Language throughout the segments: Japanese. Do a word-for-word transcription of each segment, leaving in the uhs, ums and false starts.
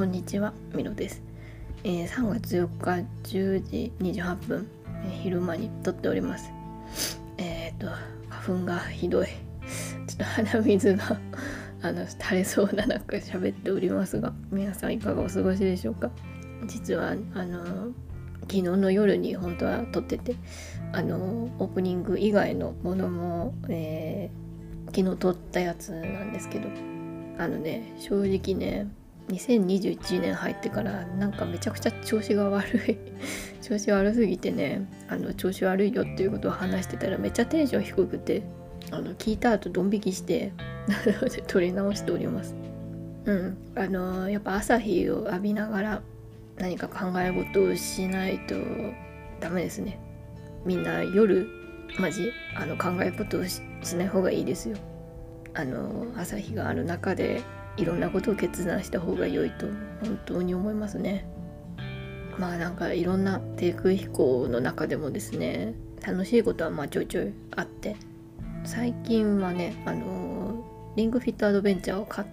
こんにちは、みろです。えー、さんがつよっかじゅうじにじゅうはっぷん、えー、昼間に撮っております。えっと花粉がひどい。ちょっと鼻水があの垂れそうな中喋っておりますが、皆さんいかがお過ごしでしょうか。実はあの昨日の夜に本当は撮ってて、あのオープニング以外のものも、えー、昨日撮ったやつなんですけど、あのね正直ねにせんにじゅういちねん入ってからなんかめちゃくちゃ調子が悪い調子悪すぎてね、あの調子悪いよっていうことを話してたらめっちゃテンション低くて、あの聞いた後ドン引きして撮り直しております。うんあのやっぱ朝日を浴びながら何か考え事をしないとダメですね。みんな夜マジあの考え事を し, しない方がいいですよ。あの朝日がある中でいろんなことを決断した方が良いと本当に思いますね。まあなんかいろんな低空飛行の中でもですね、楽しいことはまあちょいちょいあって、最近はねあのリングフィットアドベンチャーを買って、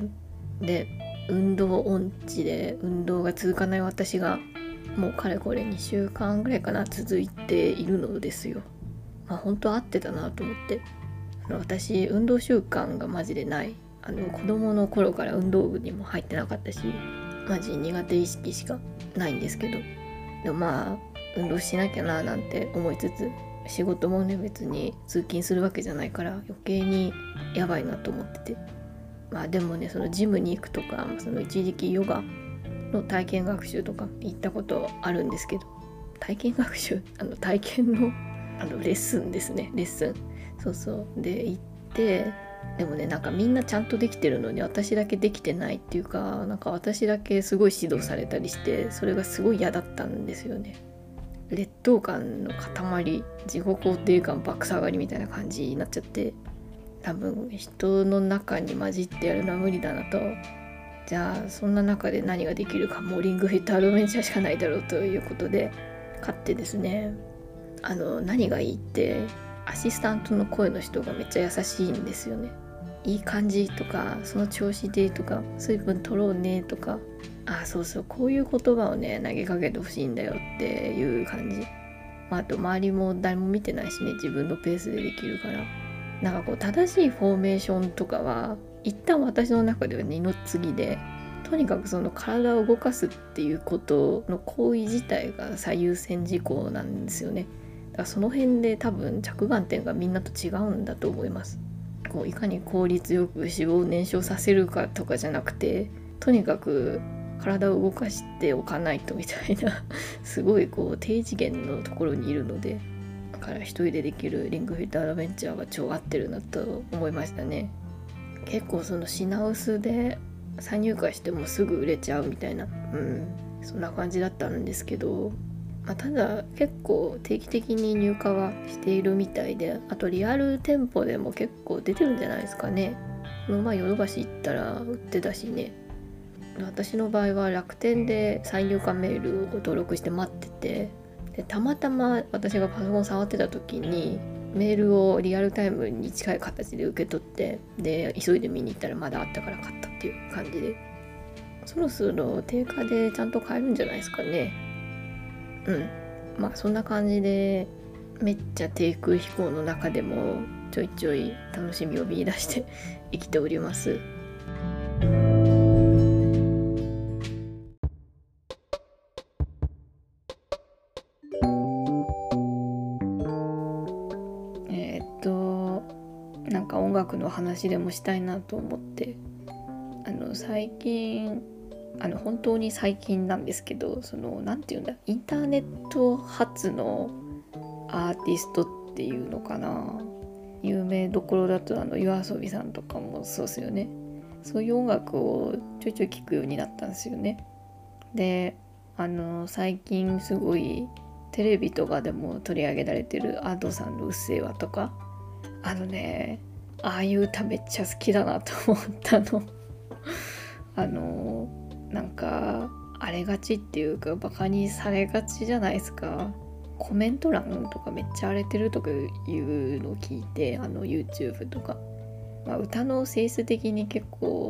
で運動音痴で運動が続かない私がもうかれこれにしゅうかんぐらいかな続いているのですよ。まあ本当合ってたなと思って、私運動習慣がマジでない。あの子供の頃から運動部にも入ってなかったし、マジ苦手意識しかないんですけど、でもまあ運動しなきゃななんて思いつつ、仕事もね別に通勤するわけじゃないから余計にやばいなと思ってて、まあでもねそのジムに行くとか、その一時期ヨガの体験学習とか行ったことあるんですけど、体験学習あの体験のあのレッスンですねレッスンそうそうで行って、でもねなんかみんなちゃんとできてるのに私だけできてないっていうか、なんか私だけすごい指導されたりして、それがすごい嫌だったんですよね。劣等感の塊、自己肯定感爆下がりみたいな感じになっちゃって、多分人の中に混じってやるのは無理だなと。じゃあそんな中で何ができるか、もうリングフィットアドベンチャーしかないだろうということで買ってですね、あの何がいいってアシスタントの声の人がめっちゃ優しいんですよね。いい感じとか、その調子でとか、水分取ろうねとか、あそうそうこういう言葉をね投げかけてほしいんだよっていう感じ。まあ、あと周りも誰も見てないしね、自分のペースでできるから、なんかこう正しいフォーメーションとかは一旦私の中では二の次で、とにかくその体を動かすっていうことの行為自体が最優先事項なんですよね。だからその辺で多分着眼点がみんなと違うんだと思います。こういかに効率よく脂肪を燃焼させるかとかじゃなくて、とにかく体を動かしておかないとみたいなすごいこう低次元のところにいるので、だから一人でできるリングフィットアドベンチャーが超合ってるなと思いましたね。結構その品薄で再入会してもすぐ売れちゃうみたいな、うんそんな感じだったんですけど、まあ、ただ結構定期的に入荷はしているみたいで、あとリアル店舗でも結構出てるんじゃないですかね。この前ヨドバシ行ったら売ってたしね。私の場合は楽天で再入荷メールを登録して待ってて、でたまたま私がパソコン触ってた時にメールをリアルタイムに近い形で受け取って、で急いで見に行ったらまだあったから買ったっていう感じで、そろそろ定価でちゃんと買えるんじゃないですかね。うんまあそんな感じで、めっちゃ低空飛行の中でもちょいちょい楽しみを見出して生きております。えー、っとなんか音楽の話でもしたいなと思って、あの最近あの本当に最近なんですけど、そのなんていうんだ、インターネット発のアーティストっていうのかな、有名どころだとあのYOASOBIさんとかもそうですよね。そういう音楽をちょいちょい聴くようになったんですよね。であの最近すごいテレビとかでも取り上げられてる Ado さんのうっせぇわとか、あのねああいう歌めっちゃ好きだなと思ったのあのなんか荒れがちっていうかバカにされがちじゃないですか。コメント欄とかめっちゃ荒れてるとかいうのを聞いて、あの YouTube とか、まあ、歌の性質的に結構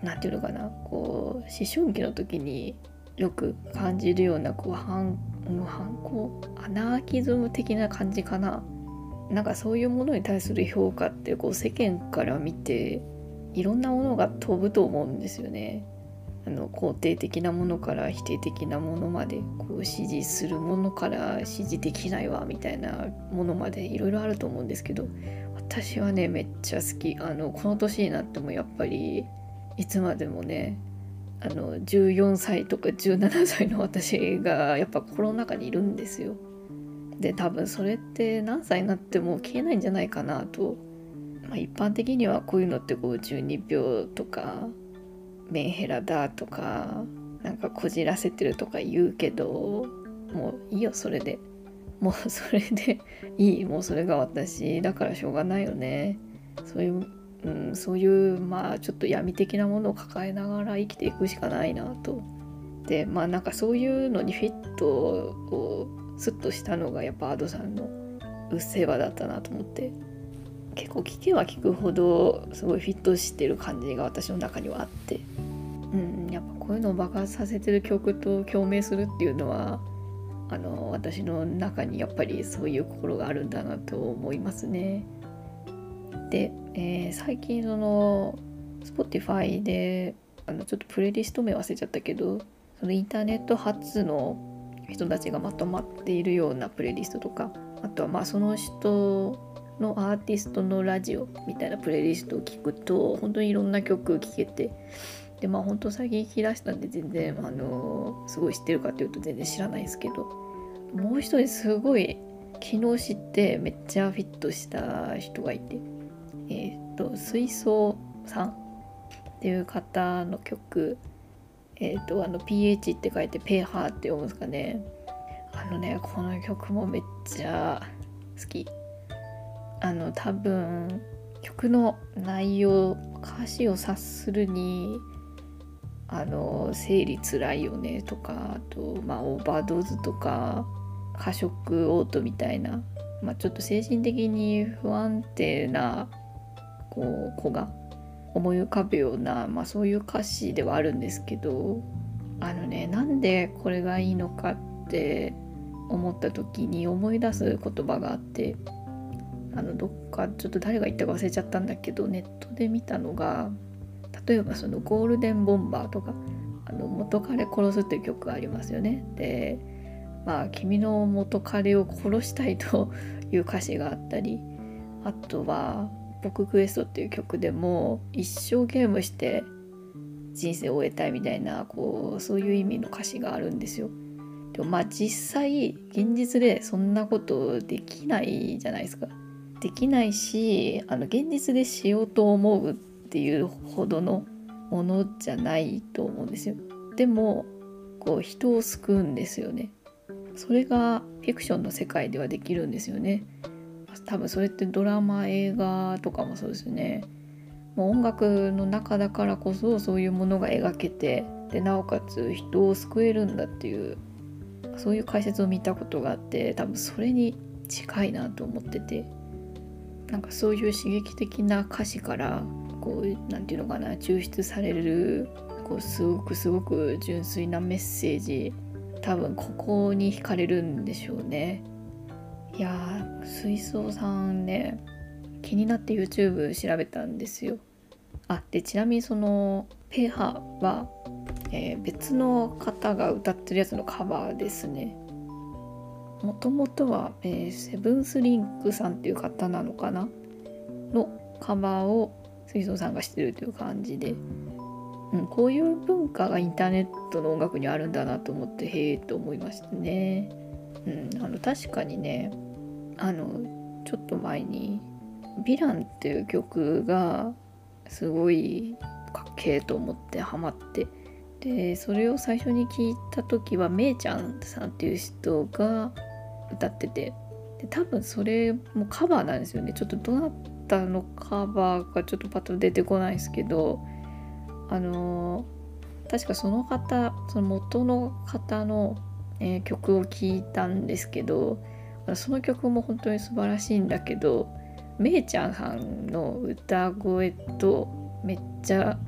なんていうのかな、こう思春期の時によく感じるようなこう反反抗アナーキズム的な感じかな。なんかそういうものに対する評価ってこう世間から見ていろんなものが飛ぶと思うんですよね。あの肯定的なものから否定的なものまで、こう支持するものから支持できないわみたいなものまでいろいろあると思うんですけど、私はねめっちゃ好き。あのこの年になってもやっぱりいつまでもね、あのじゅうよんさいとかじゅうななさいの私がやっぱ心の中にいるんですよ。で多分それって何歳になっても消えないんじゃないかなと。まあ、一般的にはこういうのってこうじゅうにびょうとかメンヘラだとかなんかこじらせてるとか言うけど、もういいよそれで、もうそれでいい、もうそれが私だからしょうがないよね。そういう、うん、そういうまあちょっと闇的なものを抱えながら生きていくしかないなと。でまあなんかそういうのにフィットをスッとしたのがやっぱ Ado さんのうっせぇわだったなと思って、結構聞けば聞くほどすごいフィットしてる感じが私の中にはあって、うん、やっぱこういうのを爆発させてる曲と共鳴するっていうのはあの私の中にやっぱりそういう心があるんだなと思いますね。で、えー、最近その Spotify であのちょっとプレイリスト名忘れちゃったけど、そのインターネット発の人たちがまとまっているようなプレイリストとか、あとはまあその人のアーティストのラジオみたいなプレイリストを聞くと本当にいろんな曲聴けて、でまあ本当最近聞き出したんで全然あのすごい知ってるかっていうと全然知らないですけど、もう一人すごい昨日知ってめっちゃフィットした人がいて、えっと水槽さんっていう方の曲、えっとあの ピーエイチ って書いてペーハーって読むんですかね。あのねこの曲もめっちゃ好き。あの多分曲の内容歌詞を察するにあの生理つらいよねとか、あとまあオーバードーズとか過食嘔吐みたいな、まあ、ちょっと精神的に不安定なこう子が思い浮かぶような、まあ、そういう歌詞ではあるんですけど、あのねなんでこれがいいのかって思った時に思い出す言葉があって、あのどっかちょっと誰が言ったか忘れちゃったんだけどネットで見たのが、例えばそのゴールデンボンバーとかあの元彼殺すっていう曲がありますよね。でまあ君の元彼を殺したいという歌詞があったり、あとは僕クエストっていう曲でも一生ゲームして人生を終えたいみたいなこうそういう意味の歌詞があるんですよ。でもまあ実際現実でそんなことできないじゃないですか。できないし、あの現実でしようと思うっていうほどのものじゃないと思うんですよ。でもこう人を救うんですよね。それがフィクションの世界ではできるんですよね。多分それってドラマ映画とかもそうですよね。もう音楽の中だからこそそういうものが描けて、でなおかつ人を救えるんだっていうそういう解説を見たことがあって、多分それに近いなと思ってて、なんかそういう刺激的な歌詞からこうなんていうのかな抽出されるこうすごくすごく純粋なメッセージ、多分ここに惹かれるんでしょうね。いやー水槽さんね気になって YouTube 調べたんですよ。あでちなみにそのペーハーは、えー、別の方が歌ってるやつのカバーですね。もともとは、えー、セブンスリンクさんっていう方なのかなのカバーを水槽さんがしてるという感じで、うん、こういう文化がインターネットの音楽にあるんだなと思ってへえと思いましたね。うん、あの確かにねあのちょっと前にヴィランっていう曲がすごいかっけえと思ってハマって、でそれを最初に聞いた時はめいちゃんさんっていう人が歌ってて、で多分それもカバーなんですよね。ちょっとどなたのカバーかちょっとパッと出てこないですけど、あのー、確かその方その元の方の、えー、曲を聴いたんですけど、その曲も本当に素晴らしいんだけど、めいちゃんさんの歌声とめっちゃ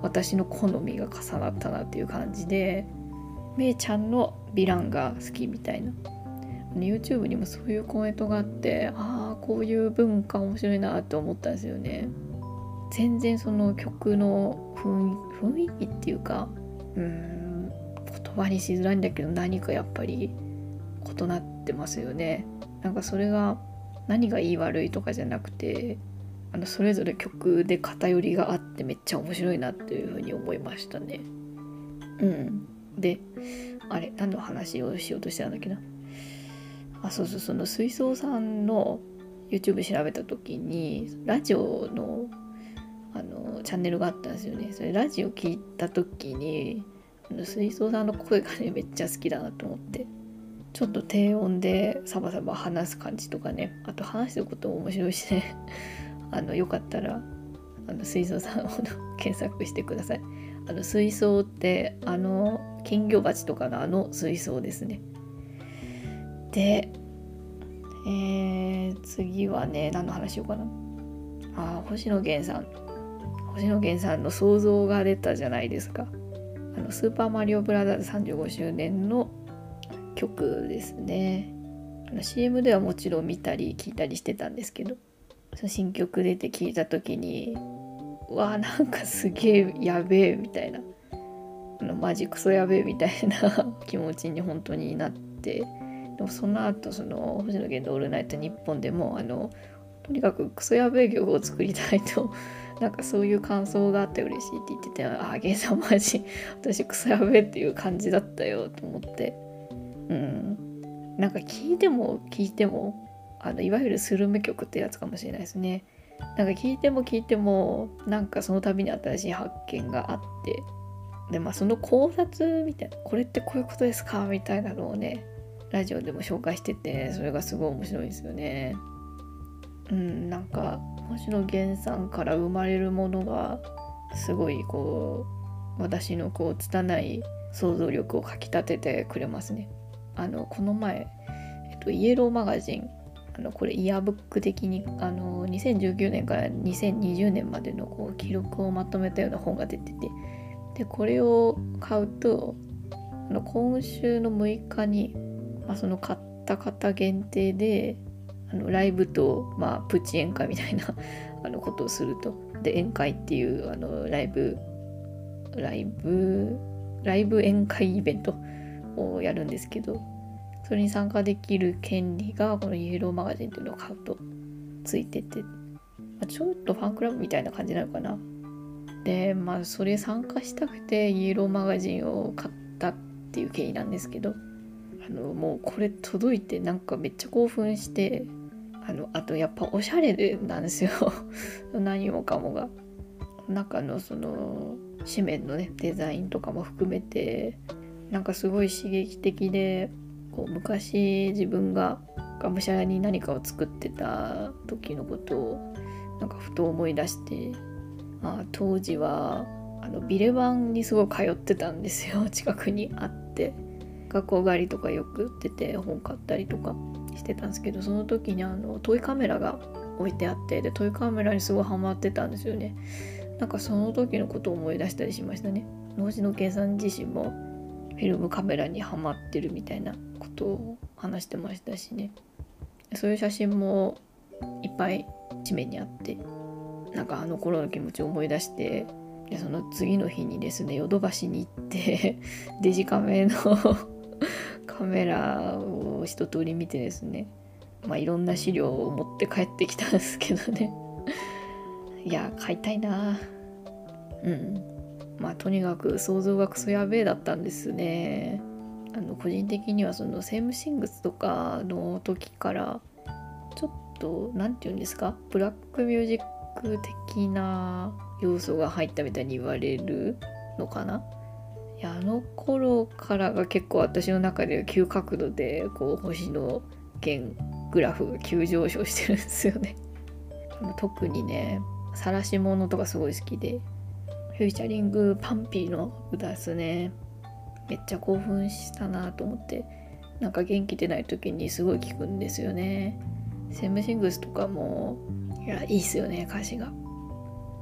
私の好みが重なったなっていう感じで、めいちゃんのヴィランが好きみたいな、YouTube にもそういうコメントがあって、ああこういう文化面白いなって思ったんですよね。全然その曲の雰囲気っていうか、うーん言葉にしづらいんだけど、何かやっぱり異なってますよね。なんかそれが何がいい悪いとかじゃなくて、あのそれぞれ曲で偏りがあってめっちゃ面白いなっていうふうに思いましたね。うんで、あれ何の話をしようとしてたんだっけな。あ、そうそう、その水槽さんの YouTube 調べた時にラジオのあのチャンネルがあったんですよね。それラジオ聞いた時に、あの水槽さんの声がねめっちゃ好きだなと思って、ちょっと低音でサバサバ話す感じとかね、あと話してることも面白いしねあのよかったらあの水槽さんを検索してください。あの水槽ってあの金魚鉢とかのあの水槽ですね。で、えー、次はね何の話しようかな。あ、星野源さん星野源さんの想像が出たじゃないですか。あのスーパーマリオブラザーズさんじゅうごしゅうねんの曲ですね。あの シーエム ではもちろん見たり聞いたりしてたんですけど、その新曲出て聞いた時に、うわーなんかすげえやべえみたいな、あのマジクソやべえみたいな気持ちに本当になって、でもその後その星野源のオールナイトニッポンでもあのとにかくクソやべえ曲を作りたいとなんかそういう感想があって嬉しいって言ってて、ああゲンさんマジ私クソやべえっていう感じだったよと思って、うんなんか聞いても聞いてもあのいわゆるスルメ曲ってやつかもしれないですね。なんか聞いても聞いてもなんかその度に新しい発見があって、でまあその考察みたいな、これってこういうことですかみたいなのをねラジオでも紹介してて、それがすごい面白いですよね。うんなんか星野源さんから生まれるものがすごいこう私のこう拙い想像力をかきたててくれますね。あのこの前、えっと、イエローマガジン、あのこれイヤーブック的にあのにせんじゅうきゅうねんからにせんにじゅうねんまでのこう記録をまとめたような本が出てて、でこれを買うとあの今週のむいかに、まあ、その買った方限定であのライブと、まあ、プチ宴会みたいなあのことをすると、で宴会っていうあのライブライブライブ宴会イベントをやるんですけど、それに参加できる権利がこのイエローマガジンっていうのを買うとついてて、まあ、ちょっとファンクラブみたいな感じなのかな。でまあそれ参加したくてイエローマガジンを買ったっていう経緯なんですけど、あのもうこれ届いてなんかめっちゃ興奮して、あのあとやっぱおしゃれでなんですよ何もかもが、中のその紙面のねデザインとかも含めてなんかすごい刺激的で、こう昔自分ががむしゃらに何かを作ってた時のことをなんかふと思い出して、まあ、当時はあのビレバンにすごい通ってたんですよ。近くにあって学校帰りとかよく売ってて本買ったりとかしてたんですけど、その時にあのトイカメラが置いてあって、でトイカメラにすごいハマってたんですよね。なんかその時のことを思い出したりしましたね。星野源さん自身もフィルムカメラにハマってるみたいなことを話してましたしね。そういう写真もいっぱい紙面にあって、なんかあの頃の気持ちを思い出して、でその次の日にですねヨドバシに行ってデジカメのカメラを一通り見てですね、まあいろんな資料を持って帰ってきたんですけどねいや買いたいな。うんまあとにかく想像がクソやべえだったんですね。あの個人的にはそのセームシングスとかの時からちょっとなんていうんですか、ブラックミュージック的な要素が入ったみたいに言われるのかな。いやあの頃からが結構私の中では急角度でこう星野源グラフが急上昇してるんですよね。特にね晒し者とかすごい好きで、フューチャリングパンピーの歌ですね。めっちゃ興奮したなと思って、なんか元気出ない時にすごい聞くんですよね。セムシングスとかもいやいいっすよね歌詞が。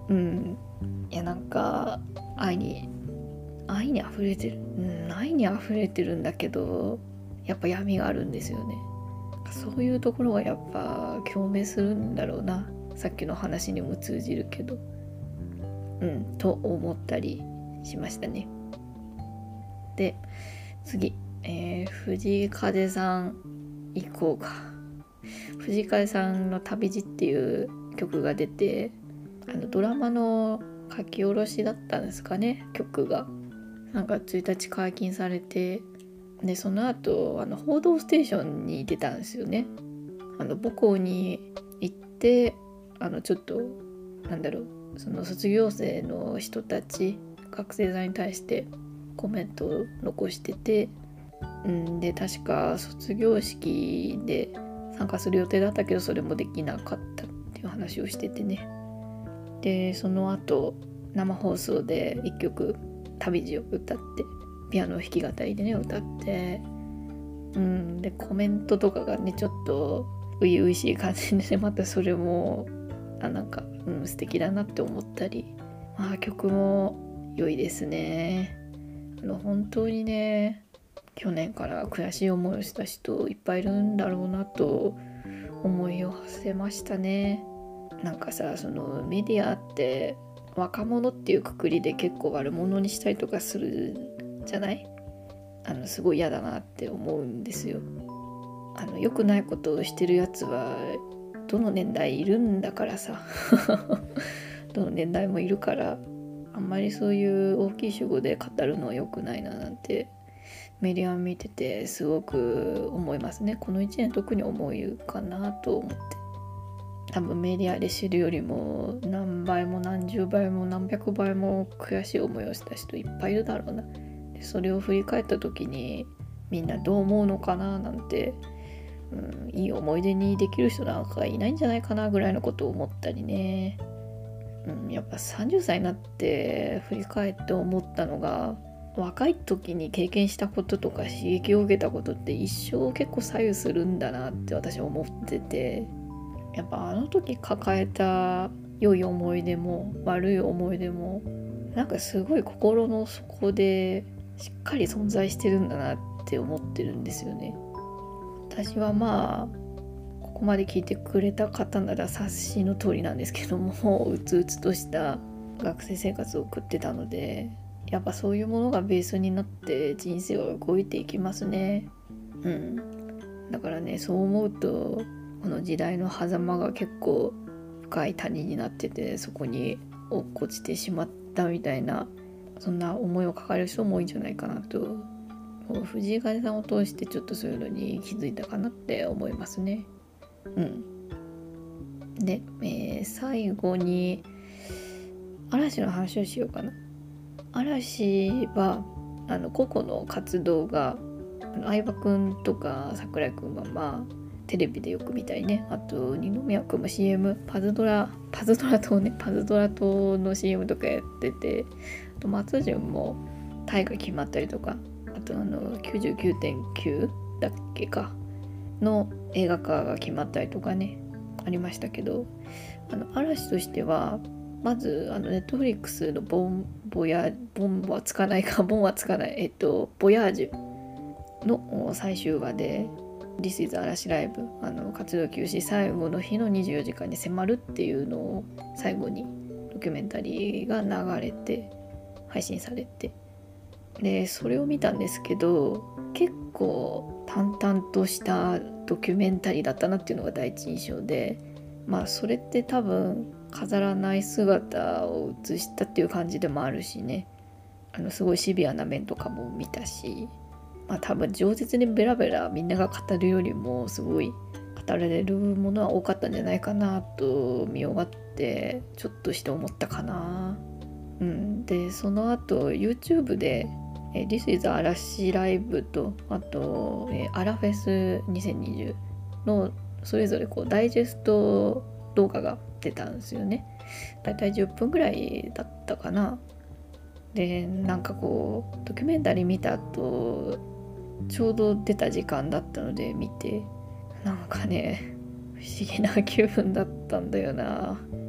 うんいやなんか愛に愛に溢れてる、うん、愛に溢れてるんだけどやっぱ闇があるんですよね。そういうところがやっぱ共鳴するんだろうな、さっきの話にも通じるけど、うんと思ったりしましたね。で次、えー、藤井風さん行こうか。藤井風さんの旅路っていう曲が出て、あのドラマの書き下ろしだったんですかね、曲がなんかついたち解禁されて、でその後あの報道ステーションに出たんですよね。あの母校に行ってあのちょっとなんだろうその卒業生の人たち学生さんに対してコメントを残してて、うんで確か卒業式で参加する予定だったけどそれもできなかったっていう話をしててね。でその後生放送で一曲旅路を歌ってピアノ弾き語りでね歌って、うんでコメントとかがねちょっと初々しい感じでね、またそれもあなんか、うん、素敵だなって思ったり、まあ曲も良いですね。あの本当にね去年から悔しい思いをした人いっぱいいるんだろうなと思いを馳せましたね。なんかさそのメディアって若者っていうくくりで結構悪者にしたりとかするじゃない。あのすごい嫌だなって思うんですよ。あの良くないことをしてるやつはどの年代いるんだからさどの年代もいるから、あんまりそういう大きい主語で語るのは良くないななんてメディアを見ててすごく思いますね。このいちねん特に思うかなと思って、多分メディアで知るよりも何倍も何十倍も何百倍も悔しい思いをした人いっぱいいるだろうな。でそれを振り返った時にみんなどう思うのかななんて、うん、いい思い出にできる人なんかいないんじゃないかなぐらいのことを思ったりね、うん、やっぱさんじゅっさいになって振り返って思ったのが、若い時に経験したこととか刺激を受けたことって一生結構左右するんだなって私は思ってて、やっぱあの時抱えた良い思い出も悪い思い出もなんかすごい心の底でしっかり存在してるんだなって思ってるんですよね。私はまあここまで聞いてくれた方なら察しの通りなんですけども、うつうつとした学生生活を送ってたので、やっぱそういうものがベースになって人生は動いていきますね。うんだからね、そう思うとこの時代の狭間が結構深い谷になってて、そこに落っこちてしまったみたいな、そんな思いを抱える人も多いんじゃないかなと、藤井風さんを通してちょっとそういうのに気づいたかなって思いますね。うんで、えー、最後に嵐の話をしようかな。嵐はあの個々の活動が相葉くんとか桜井くんはまあテレビでよく見たりね、あと二宮くんも シーエム パズドラパズドラ島ねパズドラ島の シーエム とかやってて、あと松潤も大河決まったりとか、あとあの きゅうじゅうきゅうてんきゅう だっけかの映画化が決まったりとかねありましたけど、あの嵐としてはまずあのネットフリックスのボンボヤボンはつかないかボンはつかないえっとボヤージュの最終話で This is 嵐ライブ、あの活動休止最後の日のにじゅうよじかんに迫るっていうのを最後にドキュメンタリーが流れて配信されて、でそれを見たんですけど、結構淡々としたドキュメンタリーだったなっていうのが第一印象で、まあそれって多分飾らない姿を映したっていう感じでもあるしね、あのすごいシビアな面とかも見たし、まあ多分饒舌にベラベラみんなが語るよりもすごい語られるものは多かったんじゃないかなと見終わってちょっとして思ったかな。うん、でその後 YouTube でえ This is 嵐ライブとあとえアラフェスにせんにじゅうのそれぞれこうダイジェスト動画が出たんですよね。だいたいじゅっぷんぐらいだったかな。でなんかこうドキュメンタリー見た後ちょうど出た時間だったので見て、なんかね不思議な気分だったんだよな。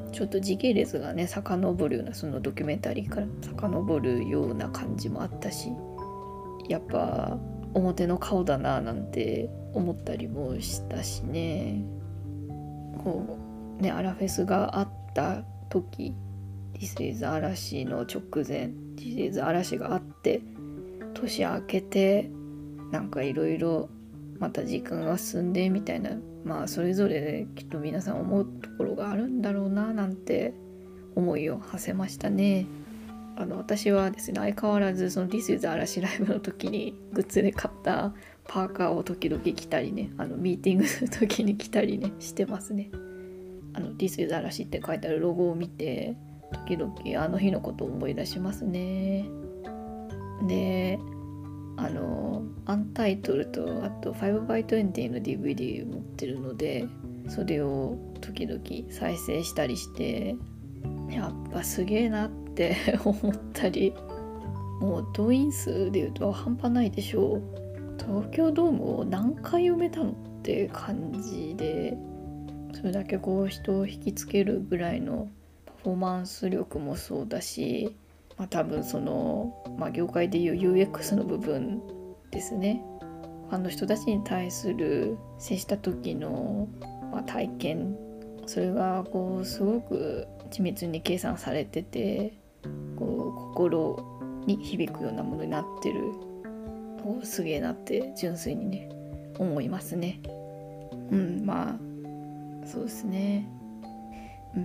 ちょっと時系列がね遡るような、そのドキュメンタリーから遡るような感じもあったし、やっぱ表の顔だななんて思ったりもしたしね。こうねアラフェスがあった時、 This is 嵐の直前、 This is 嵐があって年明けて、なんかいろいろまた時間が進んでみたいな、まあそれぞれできっと皆さん思うところがあるんだろうななんて思いを馳せましたね。あの私はですね、相変わらずその This is 嵐ライブの時にグッズで買ったパーカーを時々着たりね、あのミーティングする時に着たりねしてますね。あの This is 嵐って書いてあるロゴを見て時々あの日のことを思い出しますね。で、あのアンタイトルとあと ファイブバイトゥエンティー の ディーブイディー 持ってるので、それを時々再生したりして、やっぱすげえなって思ったり、もう動員数でいうと半端ないでしょう。東京ドームを何回埋めたのって感じで、それだけこう人を引きつけるぐらいのパフォーマンス力もそうだし、まあ、多分その、まあ、業界でいう ユーエックス の部分ですね。ファンの人たちに対する接した時の、まあ、体験、それがこうすごく緻密に計算されてて、こう心に響くようなものになってる、おすげえなって純粋にね思いますね。うん、まあそうですね。うん、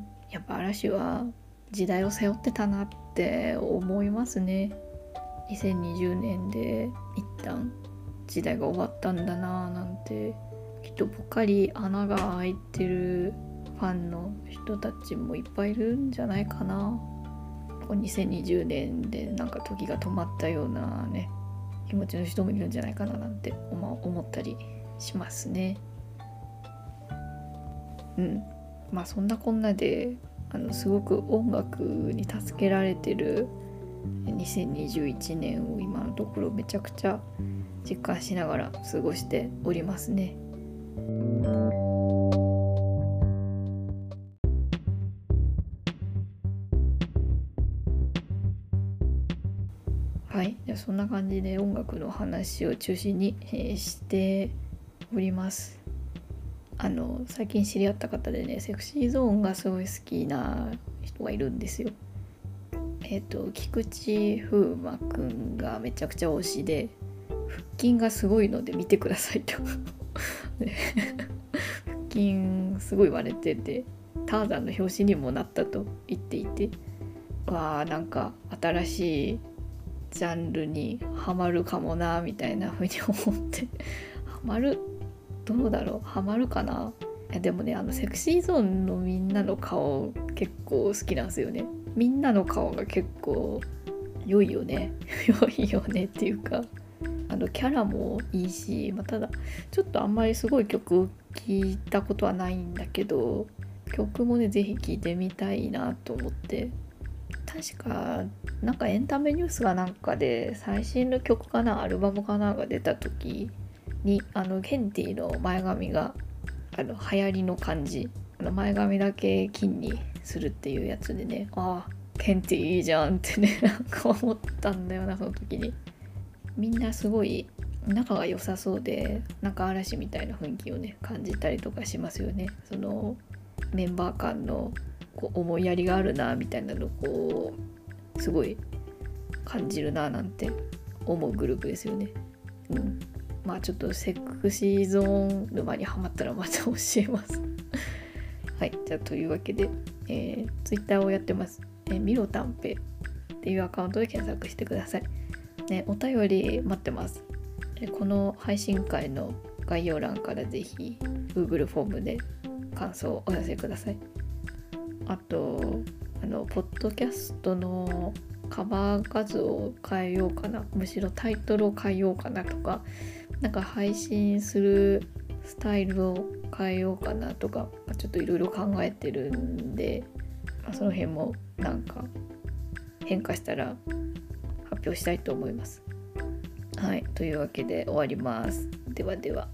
やっぱ嵐は時代を背負ってたなって思いますね。にせんにじゅうねんで一旦時代が終わったんだななんて、きっとぽっかり穴が開いてるファンの人たちもいっぱいいるんじゃないかな。にせんにじゅうねんでなんか時が止まったようなね気持ちの人もいるんじゃないかななんて思ったりしますね。うん、まあそんなこんなであのすごく音楽に助けられてるにせんにじゅういちねんを今のところめちゃくちゃ実感しながら過ごしておりますね。はい、じゃあそんな感じで音楽の話を中心に、えー、しております。あの最近知り合った方でね、セクシーゾーンがすごい好きな人がいるんですよ。えっと菊池風磨くんがめちゃくちゃ推しで、腹筋がすごいので見てくださいと腹筋すごい割れてて、ターザンの表紙にもなったと言っていて、わーなんか新しいジャンルにハマるかもなみたいな風に思ってハマるどうだろうハマるかな。いやでもね、あのセクシーゾーンのみんなの顔結構好きなんですよね。みんなの顔が結構良いよね良いよねっていうか、あのキャラもいいし、まあ、ただちょっとあんまりすごい曲を聴いたことはないんだけど、曲もねぜひ聴いてみたいなと思って、確かなんかエンタメニュースがなんかで最新の曲かなアルバムかなが出た時に、あのケンティの前髪があの流行りの感じ、あの前髪だけ金にするっていうやつでね、ああケンティいいじゃんってねなんか思ったんだよな。その時にみんなすごい仲が良さそうで、なんか嵐みたいな雰囲気をね感じたりとかしますよね。そのメンバー間のこう思いやりがあるなみたいなのをこうすごい感じるななんて思うグループですよね。うん、まあちょっとセクシーゾーン沼にハマったらまた教えますはい、じゃあというわけで、えー、ツイッターをやってます、えー、ミロタンペっていうアカウントで検索してください、ね、お便り待ってます。えー、この配信会の概要欄からぜひ Google フォームで感想をお寄せください。あとあのポッドキャストのカバー画像を変えようかな、むしろタイトルを変えようかなとか、なんか配信するスタイルを変えようかなとか、ちょっといろいろ考えてるんで、まあ、その辺もなんか変化したら発表したいと思います。はい、というわけで終わります。ではでは。